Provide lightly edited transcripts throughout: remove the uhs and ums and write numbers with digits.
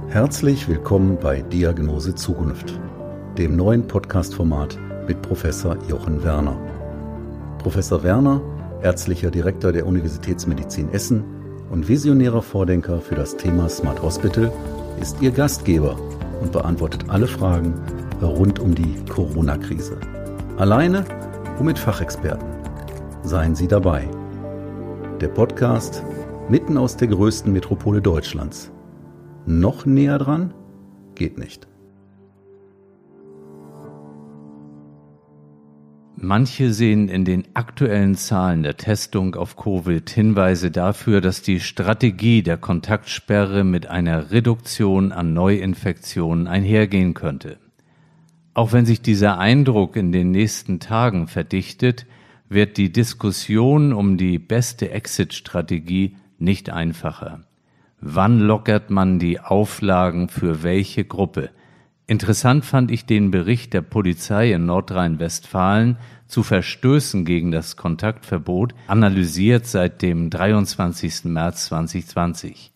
Herzlich willkommen bei Diagnose Zukunft, dem neuen Podcast-Format mit Professor Jochen Werner. Professor Werner, ärztlicher Direktor der Universitätsmedizin Essen und visionärer Vordenker für das Thema Smart Hospital, ist Ihr Gastgeber und beantwortet alle Fragen rund um die Corona-Krise. Alleine und mit Fachexperten. Seien Sie dabei. Der Podcast mitten aus der größten Metropole Deutschlands. Noch näher dran? Geht nicht. Manche sehen in den aktuellen Zahlen der Testung auf Covid Hinweise dafür, dass die Strategie der Kontaktsperre mit einer Reduktion an Neuinfektionen einhergehen könnte. Auch wenn sich dieser Eindruck in den nächsten Tagen verdichtet, wird die Diskussion um die beste Exit-Strategie nicht einfacher. Wann lockert man die Auflagen für welche Gruppe? Interessant fand ich den Bericht der Polizei in Nordrhein-Westfalen zu Verstößen gegen das Kontaktverbot, analysiert seit dem 23. März 2020.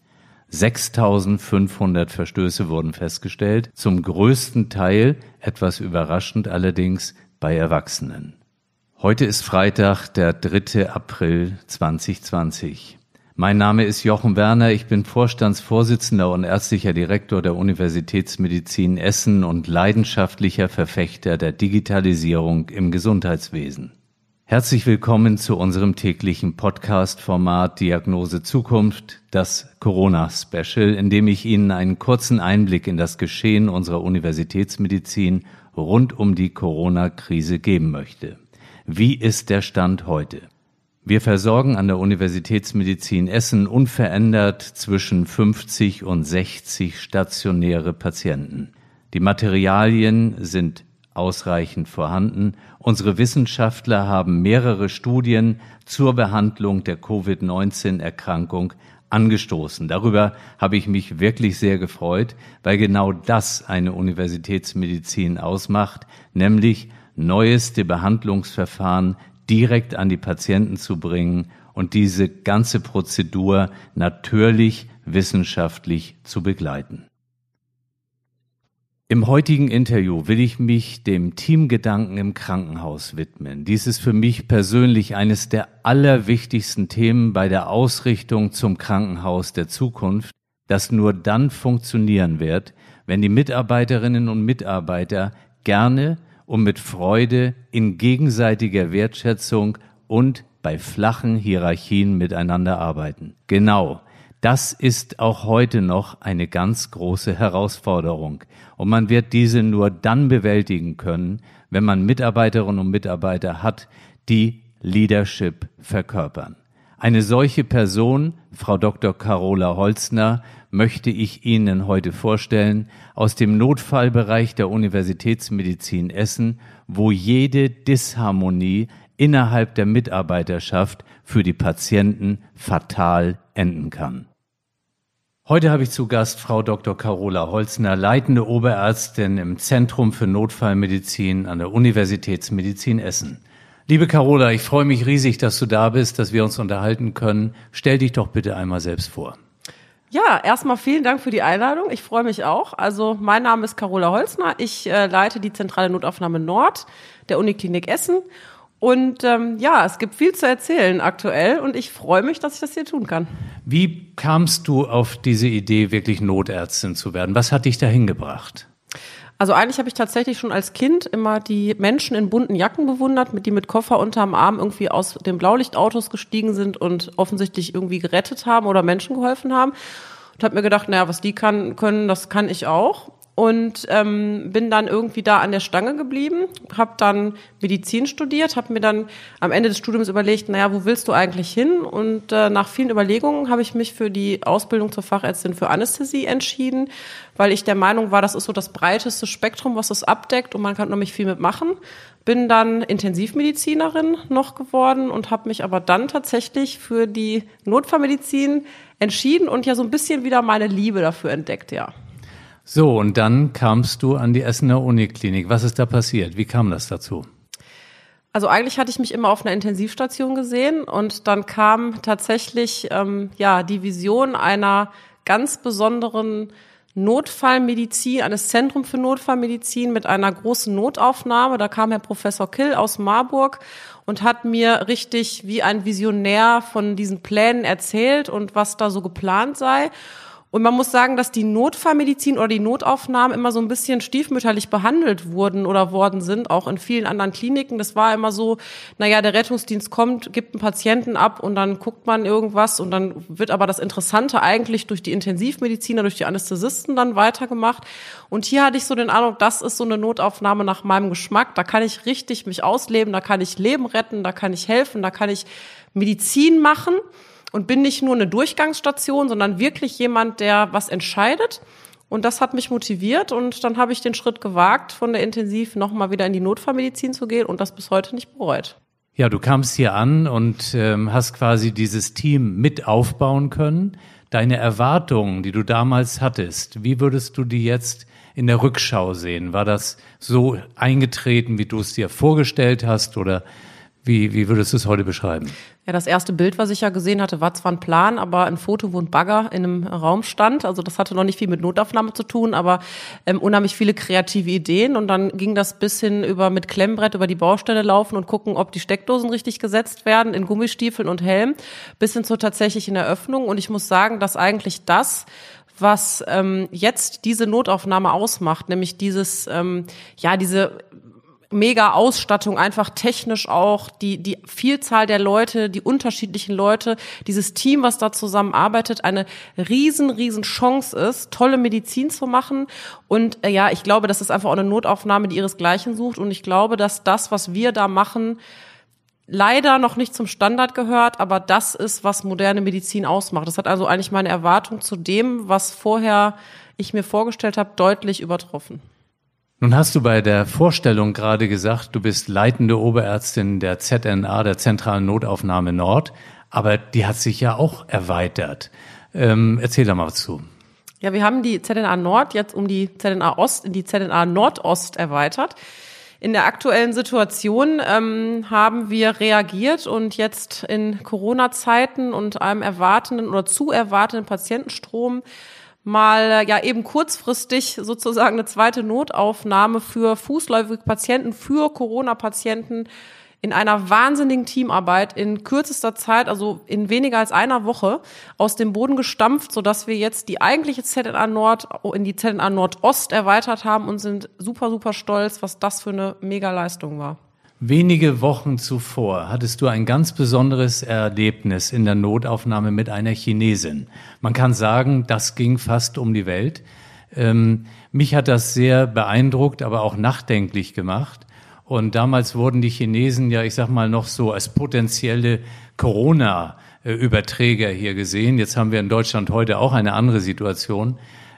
6.500 Verstöße wurden festgestellt, zum größten Teil, etwas überraschend allerdings, bei Erwachsenen. Heute ist Freitag, der 3. April 2020. Mein Name ist Jochen Werner, ich bin Vorstandsvorsitzender und ärztlicher Direktor der Universitätsmedizin Essen und leidenschaftlicher Verfechter der Digitalisierung im Gesundheitswesen. Herzlich willkommen zu unserem täglichen Podcast-Format Diagnose Zukunft, das Corona-Special, in dem ich Ihnen einen kurzen Einblick in das Geschehen unserer Universitätsmedizin rund um die Corona-Krise geben möchte. Wie ist der Stand heute? Wir versorgen an der Universitätsmedizin Essen unverändert zwischen 50 und 60 stationäre Patienten. Die Materialien sind ausreichend vorhanden. Unsere Wissenschaftler haben mehrere Studien zur Behandlung der Covid-19-Erkrankung angestoßen. Darüber habe ich mich wirklich sehr gefreut, weil genau das eine Universitätsmedizin ausmacht, nämlich neueste Behandlungsverfahren direkt an die Patienten zu bringen und diese ganze Prozedur natürlich wissenschaftlich zu begleiten. Im heutigen Interview will ich mich dem Teamgedanken im Krankenhaus widmen. Dies ist für mich persönlich eines der allerwichtigsten Themen bei der Ausrichtung zum Krankenhaus der Zukunft, das nur dann funktionieren wird, wenn die Mitarbeiterinnen und Mitarbeiter gerne und mit Freude in gegenseitiger Wertschätzung und bei flachen Hierarchien miteinander arbeiten. Genau, das ist auch heute noch eine ganz große Herausforderung. Und man wird diese nur dann bewältigen können, wenn man Mitarbeiterinnen und Mitarbeiter hat, die Leadership verkörpern. Eine solche Person, Frau Dr. Carola Holzner, möchte ich Ihnen heute vorstellen, aus dem Notfallbereich der Universitätsmedizin Essen, wo jede Disharmonie innerhalb der Mitarbeiterschaft für die Patienten fatal enden kann. Heute habe ich zu Gast Frau Dr. Carola Holzner, leitende Oberärztin im Zentrum für Notfallmedizin an der Universitätsmedizin Essen. Liebe Carola, ich freue mich riesig, dass du da bist, dass wir uns unterhalten können. Stell dich doch bitte einmal selbst vor. Ja, erstmal vielen Dank für die Einladung. Ich freue mich auch. Also mein Name ist Carola Holzner. Ich leite die zentrale Notaufnahme Nord der Uniklinik Essen. Und es gibt viel zu erzählen aktuell und ich freue mich, dass ich das hier tun kann. Wie kamst du auf diese Idee, wirklich Notärztin zu werden? Was hat dich dahin gebracht? Also eigentlich habe ich tatsächlich schon als Kind immer die Menschen in bunten Jacken bewundert, die mit Koffer unterm Arm irgendwie aus den Blaulichtautos gestiegen sind und offensichtlich irgendwie gerettet haben oder Menschen geholfen haben. Und habe mir gedacht, was die können, das kann ich auch. Und bin dann irgendwie da an der Stange geblieben, habe dann Medizin studiert, habe mir dann am Ende des Studiums überlegt, wo willst du eigentlich hin? Und nach vielen Überlegungen habe ich mich für die Ausbildung zur Fachärztin für Anästhesie entschieden, weil ich der Meinung war, das ist so das breiteste Spektrum, was das abdeckt und man kann unheimlich viel mitmachen. Bin dann Intensivmedizinerin noch geworden und habe mich aber dann tatsächlich für die Notfallmedizin entschieden und ja so ein bisschen wieder meine Liebe dafür entdeckt, ja. So, und dann kamst du an die Essener Uniklinik. Was ist da passiert? Wie kam das dazu? Also eigentlich hatte ich mich immer auf einer Intensivstation gesehen und dann kam tatsächlich die Vision einer ganz besonderen Notfallmedizin, eines Zentrum für Notfallmedizin mit einer großen Notaufnahme. Da kam Herr Professor Kill aus Marburg und hat mir richtig wie ein Visionär von diesen Plänen erzählt und was da so geplant sei. Und man muss sagen, dass die Notfallmedizin oder die Notaufnahmen immer so ein bisschen stiefmütterlich behandelt wurden oder worden sind, auch in vielen anderen Kliniken. Das war immer so, naja, der Rettungsdienst kommt, gibt einen Patienten ab und dann guckt man irgendwas und dann wird aber das Interessante eigentlich durch die Intensivmediziner, durch die Anästhesisten dann weitergemacht. Und hier hatte ich so den Eindruck, das ist so eine Notaufnahme nach meinem Geschmack. Da kann ich richtig mich ausleben, da kann ich Leben retten, da kann ich helfen, da kann ich Medizin machen. Und bin nicht nur eine Durchgangsstation, sondern wirklich jemand, der was entscheidet. Und das hat mich motiviert. Und dann habe ich den Schritt gewagt, von der Intensiv nochmal wieder in die Notfallmedizin zu gehen und das bis heute nicht bereut. Ja, du kamst hier an und hast quasi dieses Team mit aufbauen können. Deine Erwartungen, die du damals hattest, wie würdest du die jetzt in der Rückschau sehen? War das so eingetreten, wie du es dir vorgestellt hast, oder wie würdest du es heute beschreiben? Ja, das erste Bild, was ich ja gesehen hatte, war zwar ein Plan, aber ein Foto, wo ein Bagger in einem Raum stand. Also das hatte noch nicht viel mit Notaufnahme zu tun, aber unheimlich viele kreative Ideen. Und dann ging das bis hin über mit Klemmbrett über die Baustelle laufen und gucken, ob die Steckdosen richtig gesetzt werden, in Gummistiefeln und Helm, bis hin zur tatsächlichen Eröffnung. Und ich muss sagen, dass eigentlich das, was jetzt diese Notaufnahme ausmacht, nämlich dieses, diese mega Ausstattung, einfach technisch auch, die Vielzahl der Leute, die unterschiedlichen Leute, dieses Team, was da zusammenarbeitet, eine riesen Chance ist, tolle Medizin zu machen. Und ich glaube, das ist einfach auch eine Notaufnahme, die ihresgleichen sucht. Und ich glaube, dass das, was wir da machen, leider noch nicht zum Standard gehört, aber das ist, was moderne Medizin ausmacht. Das hat also eigentlich meine Erwartung zu dem, was vorher ich mir vorgestellt habe, deutlich übertroffen. Nun hast du bei der Vorstellung gerade gesagt, du bist leitende Oberärztin der ZNA, der Zentralen Notaufnahme Nord, aber die hat sich ja auch erweitert. Erzähl da mal was zu. Ja, wir haben die ZNA Nord jetzt um die ZNA Ost in die ZNA Nordost erweitert. In der aktuellen Situation haben wir reagiert und jetzt in Corona-Zeiten und einem erwartenden oder zu erwartenden Patientenstrom mal eben kurzfristig sozusagen eine zweite Notaufnahme für fußläufige Patienten, für Corona-Patienten in einer wahnsinnigen Teamarbeit in kürzester Zeit, also in weniger als einer Woche, aus dem Boden gestampft, sodass wir jetzt die eigentliche ZNA Nord in die ZNA Nordost erweitert haben und sind super stolz, was das für eine Mega-Leistung war. Wenige Wochen zuvor hattest du ein ganz besonderes Erlebnis in der Notaufnahme mit einer Chinesin. Man kann sagen, das ging fast um die Welt. Mich hat das sehr beeindruckt, aber auch nachdenklich gemacht. Und damals wurden die Chinesen noch so als potenzielle Corona-Überträger hier gesehen. Jetzt haben wir in Deutschland heute auch eine andere Situation.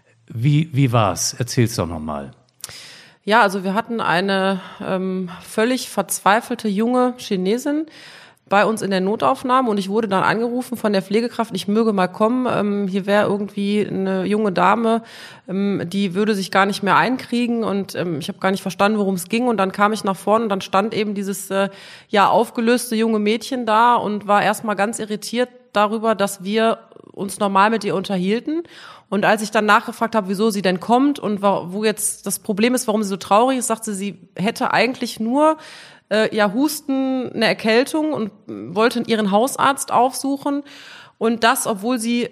Wie war's? Erzähl's doch nochmal. Ja, also wir hatten eine völlig verzweifelte junge Chinesin bei uns in der Notaufnahme und ich wurde dann angerufen von der Pflegekraft, ich möge mal kommen, hier wäre irgendwie eine junge Dame, die würde sich gar nicht mehr einkriegen und ich habe gar nicht verstanden, worum es ging und dann kam ich nach vorne und dann stand eben dieses aufgelöste junge Mädchen da und war erstmal ganz irritiert darüber, dass wir uns normal mit ihr unterhielten. Und als ich dann nachgefragt habe, wieso sie denn kommt und wo jetzt das Problem ist, warum sie so traurig ist, sagte sie, hätte eigentlich nur Husten, eine Erkältung und wollte ihren Hausarzt aufsuchen. Und das, obwohl sie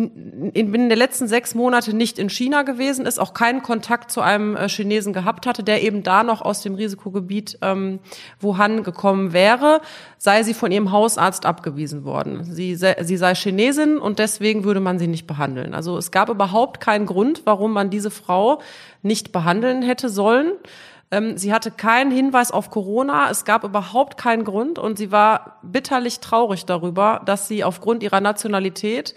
in den letzten 6 Monate nicht in China gewesen ist, auch keinen Kontakt zu einem Chinesen gehabt hatte, der eben da noch aus dem Risikogebiet Wuhan gekommen wäre, sei sie von ihrem Hausarzt abgewiesen worden. Sie sei Chinesin und deswegen würde man sie nicht behandeln. Also es gab überhaupt keinen Grund, warum man diese Frau nicht behandeln hätte sollen. Sie hatte keinen Hinweis auf Corona, es gab überhaupt keinen Grund und sie war bitterlich traurig darüber, dass sie aufgrund ihrer Nationalität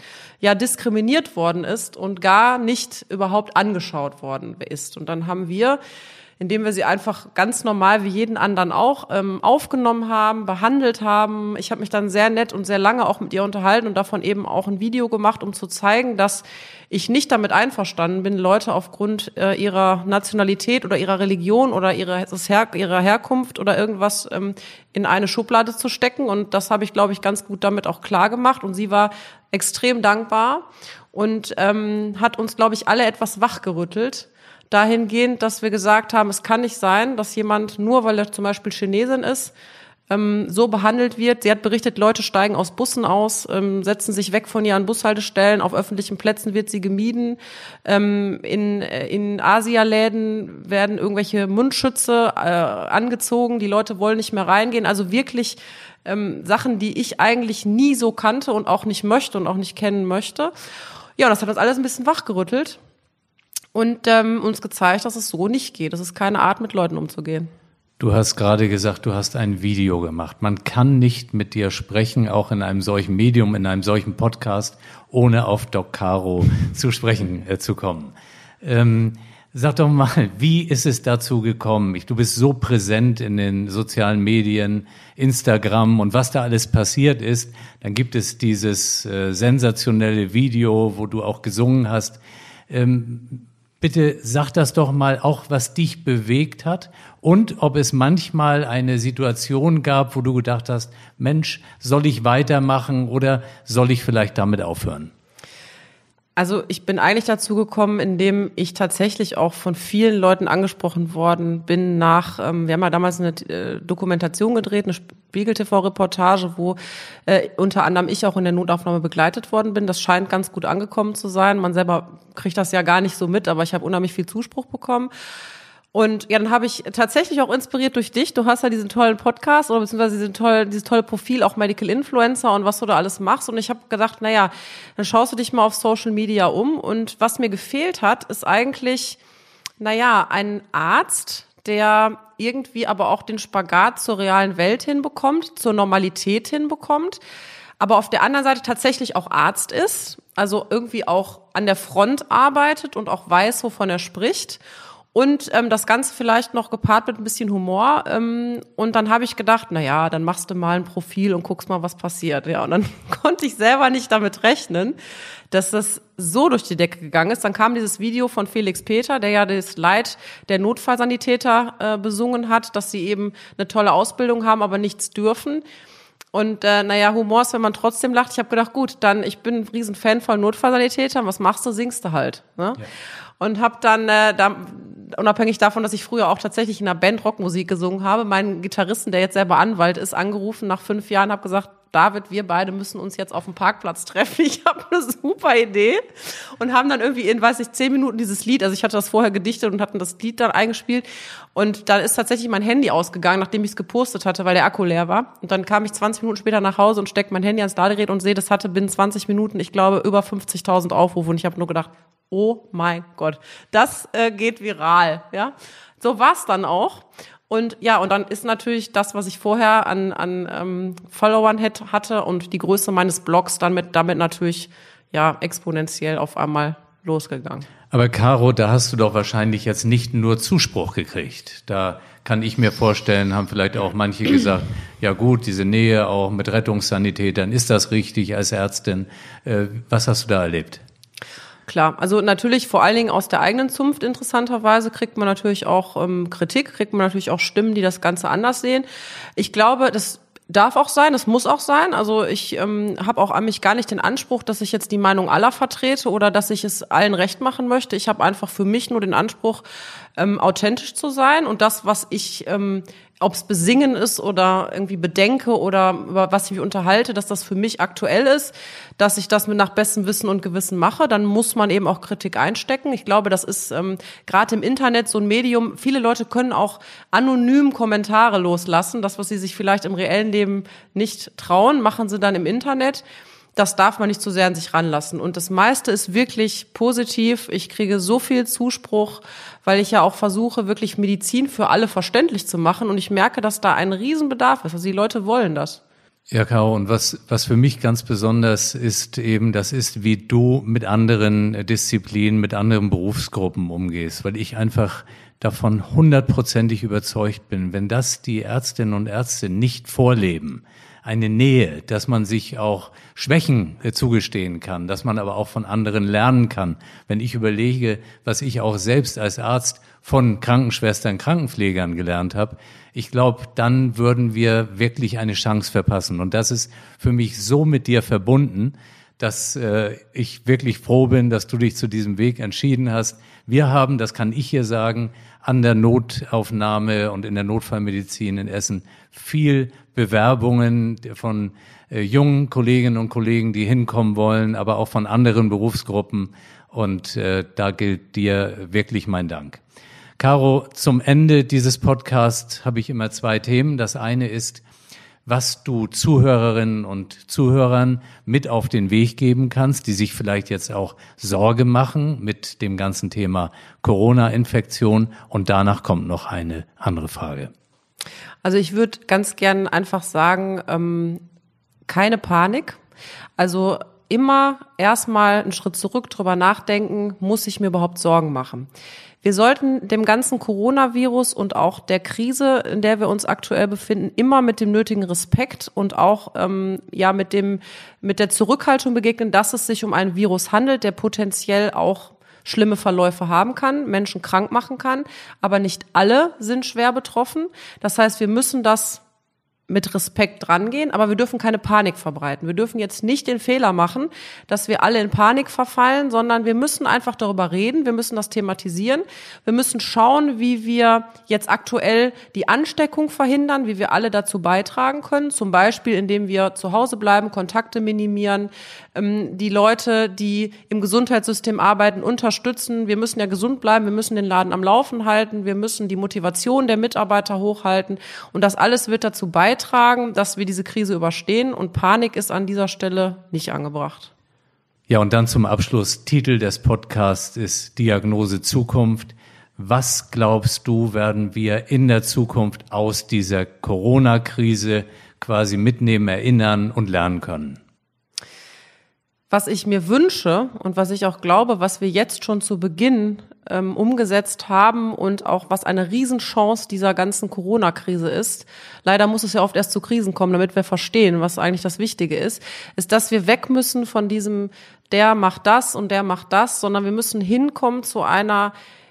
diskriminiert worden ist und gar nicht überhaupt angeschaut worden ist. Und dann haben wir indem wir sie einfach ganz normal wie jeden anderen auch aufgenommen haben, behandelt haben. Ich habe mich dann sehr nett und sehr lange auch mit ihr unterhalten und davon eben auch ein Video gemacht, um zu zeigen, dass ich nicht damit einverstanden bin, Leute aufgrund ihrer Nationalität oder ihrer Religion oder ihrer Herkunft oder irgendwas in eine Schublade zu stecken. Und das habe ich, glaube ich, ganz gut damit auch klar gemacht. Und sie war extrem dankbar und hat uns, glaube ich, alle etwas wachgerüttelt. Dahingehend, dass wir gesagt haben, es kann nicht sein, dass jemand, nur weil er zum Beispiel Chinesin ist, so behandelt wird. Sie hat berichtet, Leute steigen aus Bussen aus, setzen sich weg von ihr an Bushaltestellen, auf öffentlichen Plätzen wird sie gemieden. In Asialäden werden irgendwelche Mundschütze angezogen, die Leute wollen nicht mehr reingehen. Also wirklich Sachen, die ich eigentlich nie so kannte und auch nicht möchte und auch nicht kennen möchte. Ja, und das hat uns alles ein bisschen wachgerüttelt und uns gezeigt, dass es so nicht geht. Das ist keine Art, mit Leuten umzugehen. Du hast gerade gesagt, du hast ein Video gemacht. Man kann nicht mit dir sprechen, auch in einem solchen Medium, in einem solchen Podcast, ohne auf Doc Caro zu sprechen zu kommen. Sag doch mal, wie ist es dazu gekommen? Du bist so präsent in den sozialen Medien, Instagram und was da alles passiert ist. Dann gibt es dieses sensationelle Video, wo du auch gesungen hast. Bitte sag das doch mal auch, was dich bewegt hat und ob es manchmal eine Situation gab, wo du gedacht hast, Mensch, soll ich weitermachen oder soll ich vielleicht damit aufhören? Also ich bin eigentlich dazu gekommen, indem ich tatsächlich auch von vielen Leuten angesprochen worden bin wir haben ja damals eine Dokumentation gedreht, eine Spiegel-TV-Reportage, wo unter anderem ich auch in der Notaufnahme begleitet worden bin. Das scheint ganz gut angekommen zu sein. Man selber kriegt das ja gar nicht so mit, aber ich habe unheimlich viel Zuspruch bekommen. Und ja, dann habe ich tatsächlich auch inspiriert durch dich. Du hast ja diesen tollen Podcast oder beziehungsweise dieses tolle Profil, auch Medical Influencer und was du da alles machst. Und ich habe gedacht, naja, dann schaust du dich mal auf Social Media um. Und was mir gefehlt hat, ist eigentlich, naja, ein Arzt, der irgendwie aber auch den Spagat zur realen Welt hinbekommt, zur Normalität hinbekommt, aber auf der anderen Seite tatsächlich auch Arzt ist, also irgendwie auch an der Front arbeitet und auch weiß, wovon er spricht. Und das Ganze vielleicht noch gepaart mit ein bisschen Humor. Und dann habe ich gedacht, naja, dann machst du mal ein Profil und guckst mal, was passiert. Ja, und dann konnte ich selber nicht damit rechnen, dass das so durch die Decke gegangen ist. Dann kam dieses Video von Felix Peter, der ja das Leid der Notfallsanitäter besungen hat, dass sie eben eine tolle Ausbildung haben, aber nichts dürfen. Und naja, Humor ist, wenn man trotzdem lacht. Ich habe gedacht, gut, dann ich bin ein riesen Fan von Notfallsanitätern. Was machst du? Singst du halt. Ne? Ja. Und habe dann, unabhängig davon, dass ich früher auch tatsächlich in einer Band Rockmusik gesungen habe, meinen Gitarristen, der jetzt selber Anwalt ist, angerufen nach 5 Jahren, habe gesagt, David, wir beide müssen uns jetzt auf dem Parkplatz treffen. Ich habe eine super Idee. Und haben dann irgendwie in, 10 Minuten dieses Lied, also ich hatte das vorher gedichtet und hatten das Lied dann eingespielt. Und dann ist tatsächlich mein Handy ausgegangen, nachdem ich es gepostet hatte, weil der Akku leer war. Und dann kam ich 20 Minuten später nach Hause und steckte mein Handy ans Ladegerät und sehe, das hatte binnen 20 Minuten, ich glaube, über 50.000 Aufrufe. Und ich habe nur gedacht, oh mein Gott, das geht viral. Ja, so war's dann auch. Und ja, und dann ist natürlich das, was ich vorher an Followern hatte und die Größe meines Blogs damit natürlich ja exponentiell auf einmal losgegangen. Aber Caro, da hast du doch wahrscheinlich jetzt nicht nur Zuspruch gekriegt. Da kann ich mir vorstellen, haben vielleicht auch manche gesagt, ja gut, diese Nähe auch mit Rettungssanitätern, ist das richtig als Ärztin? Was hast du da erlebt? Klar, also natürlich vor allen Dingen aus der eigenen Zunft interessanterweise kriegt man natürlich auch Kritik, kriegt man natürlich auch Stimmen, die das Ganze anders sehen. Ich glaube, das darf auch sein, das muss auch sein. Also ich habe auch an mich gar nicht den Anspruch, dass ich jetzt die Meinung aller vertrete oder dass ich es allen recht machen möchte. Ich habe einfach für mich nur den Anspruch, authentisch zu sein und das, was ich, ob es Besingen ist oder irgendwie bedenke oder über was ich mich unterhalte, dass das für mich aktuell ist, dass ich das mit nach bestem Wissen und Gewissen mache, dann muss man eben auch Kritik einstecken. Ich glaube, das ist gerade im Internet so ein Medium, viele Leute können auch anonym Kommentare loslassen. Das, was sie sich vielleicht im reellen Leben nicht trauen, machen sie dann im Internet. Das darf man nicht zu sehr an sich ranlassen. Und das meiste ist wirklich positiv. Ich kriege so viel Zuspruch, weil ich ja auch versuche, wirklich Medizin für alle verständlich zu machen. Und ich merke, dass da ein Riesenbedarf ist. Also die Leute wollen das. Ja, Caro, und was für mich ganz besonders ist eben, das ist, wie du mit anderen Disziplinen, mit anderen Berufsgruppen umgehst, weil ich einfach davon 100%ig überzeugt bin, wenn das die Ärztinnen und Ärzte nicht vorleben, eine Nähe, dass man sich auch Schwächen zugestehen kann, dass man aber auch von anderen lernen kann. Wenn ich überlege, was ich auch selbst als Arzt von Krankenschwestern, Krankenpflegern gelernt habe, ich glaube, dann würden wir wirklich eine Chance verpassen. Und das ist für mich so mit dir verbunden, dass ich wirklich froh bin, dass du dich zu diesem Weg entschieden hast. Wir haben, das kann ich hier sagen, an der Notaufnahme und in der Notfallmedizin in Essen viel Bewerbungen von jungen Kolleginnen und Kollegen, die hinkommen wollen, aber auch von anderen Berufsgruppen. Und da gilt dir wirklich mein Dank. Caro, zum Ende dieses Podcasts habe ich immer 2 Themen. Das eine ist, was du Zuhörerinnen und Zuhörern mit auf den Weg geben kannst, die sich vielleicht jetzt auch Sorge machen mit dem ganzen Thema Corona-Infektion. Und danach kommt noch eine andere Frage. Also ich würde ganz gern einfach sagen, keine Panik. Also immer erstmal einen Schritt zurück, drüber nachdenken, muss ich mir überhaupt Sorgen machen? Wir sollten dem ganzen Coronavirus und auch der Krise, in der wir uns aktuell befinden, immer mit dem nötigen Respekt und auch mit der Zurückhaltung begegnen, dass es sich um ein Virus handelt, der potenziell auch schlimme Verläufe haben kann, Menschen krank machen kann, aber nicht alle sind schwer betroffen. Das heißt, wir müssen das mit Respekt rangehen, aber wir dürfen keine Panik verbreiten. Wir dürfen jetzt nicht den Fehler machen, dass wir alle in Panik verfallen, sondern wir müssen einfach darüber reden, wir müssen das thematisieren, wir müssen schauen, wie wir jetzt aktuell die Ansteckung verhindern, wie wir alle dazu beitragen können, zum Beispiel indem wir zu Hause bleiben, Kontakte minimieren, die Leute, die im Gesundheitssystem arbeiten, unterstützen. Wir müssen ja gesund bleiben, wir müssen den Laden am Laufen halten, wir müssen die Motivation der Mitarbeiter hochhalten und das alles wird dazu beitragen, dass wir diese Krise überstehen und Panik ist an dieser Stelle nicht angebracht. Ja, und dann zum Abschluss, Titel des Podcasts ist Diagnose Zukunft. Was glaubst du, werden wir in der Zukunft aus dieser Corona-Krise quasi mitnehmen, erinnern und lernen können? Was ich mir wünsche und was ich auch glaube, was wir jetzt schon zu Beginn umgesetzt haben und auch was eine Riesenchance dieser ganzen Corona-Krise ist, leider muss es ja oft erst zu Krisen kommen, damit wir verstehen, was eigentlich das Wichtige ist, dass wir weg müssen von diesem, der macht das und der macht das, sondern wir müssen hinkommen zu einer,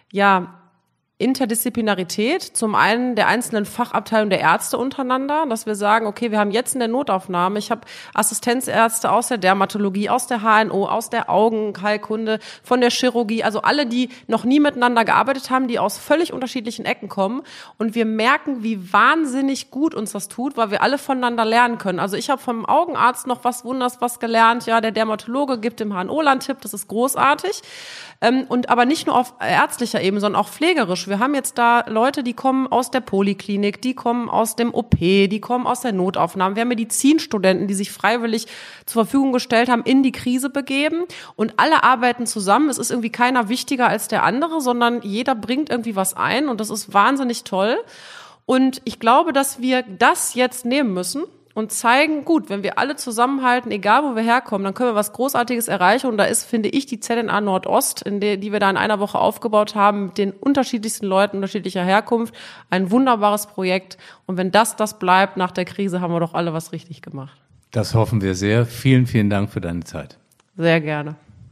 Interdisziplinarität, zum einen der einzelnen Fachabteilungen der Ärzte untereinander, dass wir sagen, okay, wir haben jetzt in der Notaufnahme, ich habe Assistenzärzte aus der Dermatologie, aus der HNO, aus der Augenheilkunde, von der Chirurgie, also alle, die noch nie miteinander gearbeitet haben, die aus völlig unterschiedlichen Ecken kommen und wir merken, wie wahnsinnig gut uns das tut, weil wir alle voneinander lernen können. Also ich habe vom Augenarzt noch was gelernt, der Dermatologe gibt dem HNO-Land einen Tipp, das ist großartig. Und aber nicht nur auf ärztlicher Ebene, sondern auch pflegerisch. Wir haben jetzt da Leute, die kommen aus der Poliklinik, die kommen aus dem OP, die kommen aus der Notaufnahme. Wir haben Medizinstudenten, die sich freiwillig zur Verfügung gestellt haben, in die Krise begeben. Und alle arbeiten zusammen. Es ist irgendwie keiner wichtiger als der andere, sondern jeder bringt irgendwie was ein. Und das ist wahnsinnig toll. Und ich glaube, dass wir das jetzt nehmen müssen und zeigen, gut, wenn wir alle zusammenhalten, egal wo wir herkommen, dann können wir was Großartiges erreichen. Und da ist, finde ich, die ZNA Nordost, die wir da in einer Woche aufgebaut haben, mit den unterschiedlichsten Leuten unterschiedlicher Herkunft, ein wunderbares Projekt. Und wenn das bleibt nach der Krise, haben wir doch alle was richtig gemacht. Das hoffen wir sehr. Vielen, vielen Dank für deine Zeit. Sehr gerne.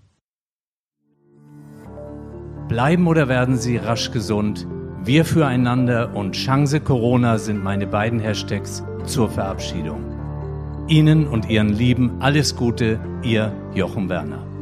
Bleiben oder werden Sie rasch gesund? Wir füreinander und Chance Corona sind meine beiden Hashtags zur Verabschiedung. Ihnen und Ihren Lieben alles Gute, Ihr Jochen Werner.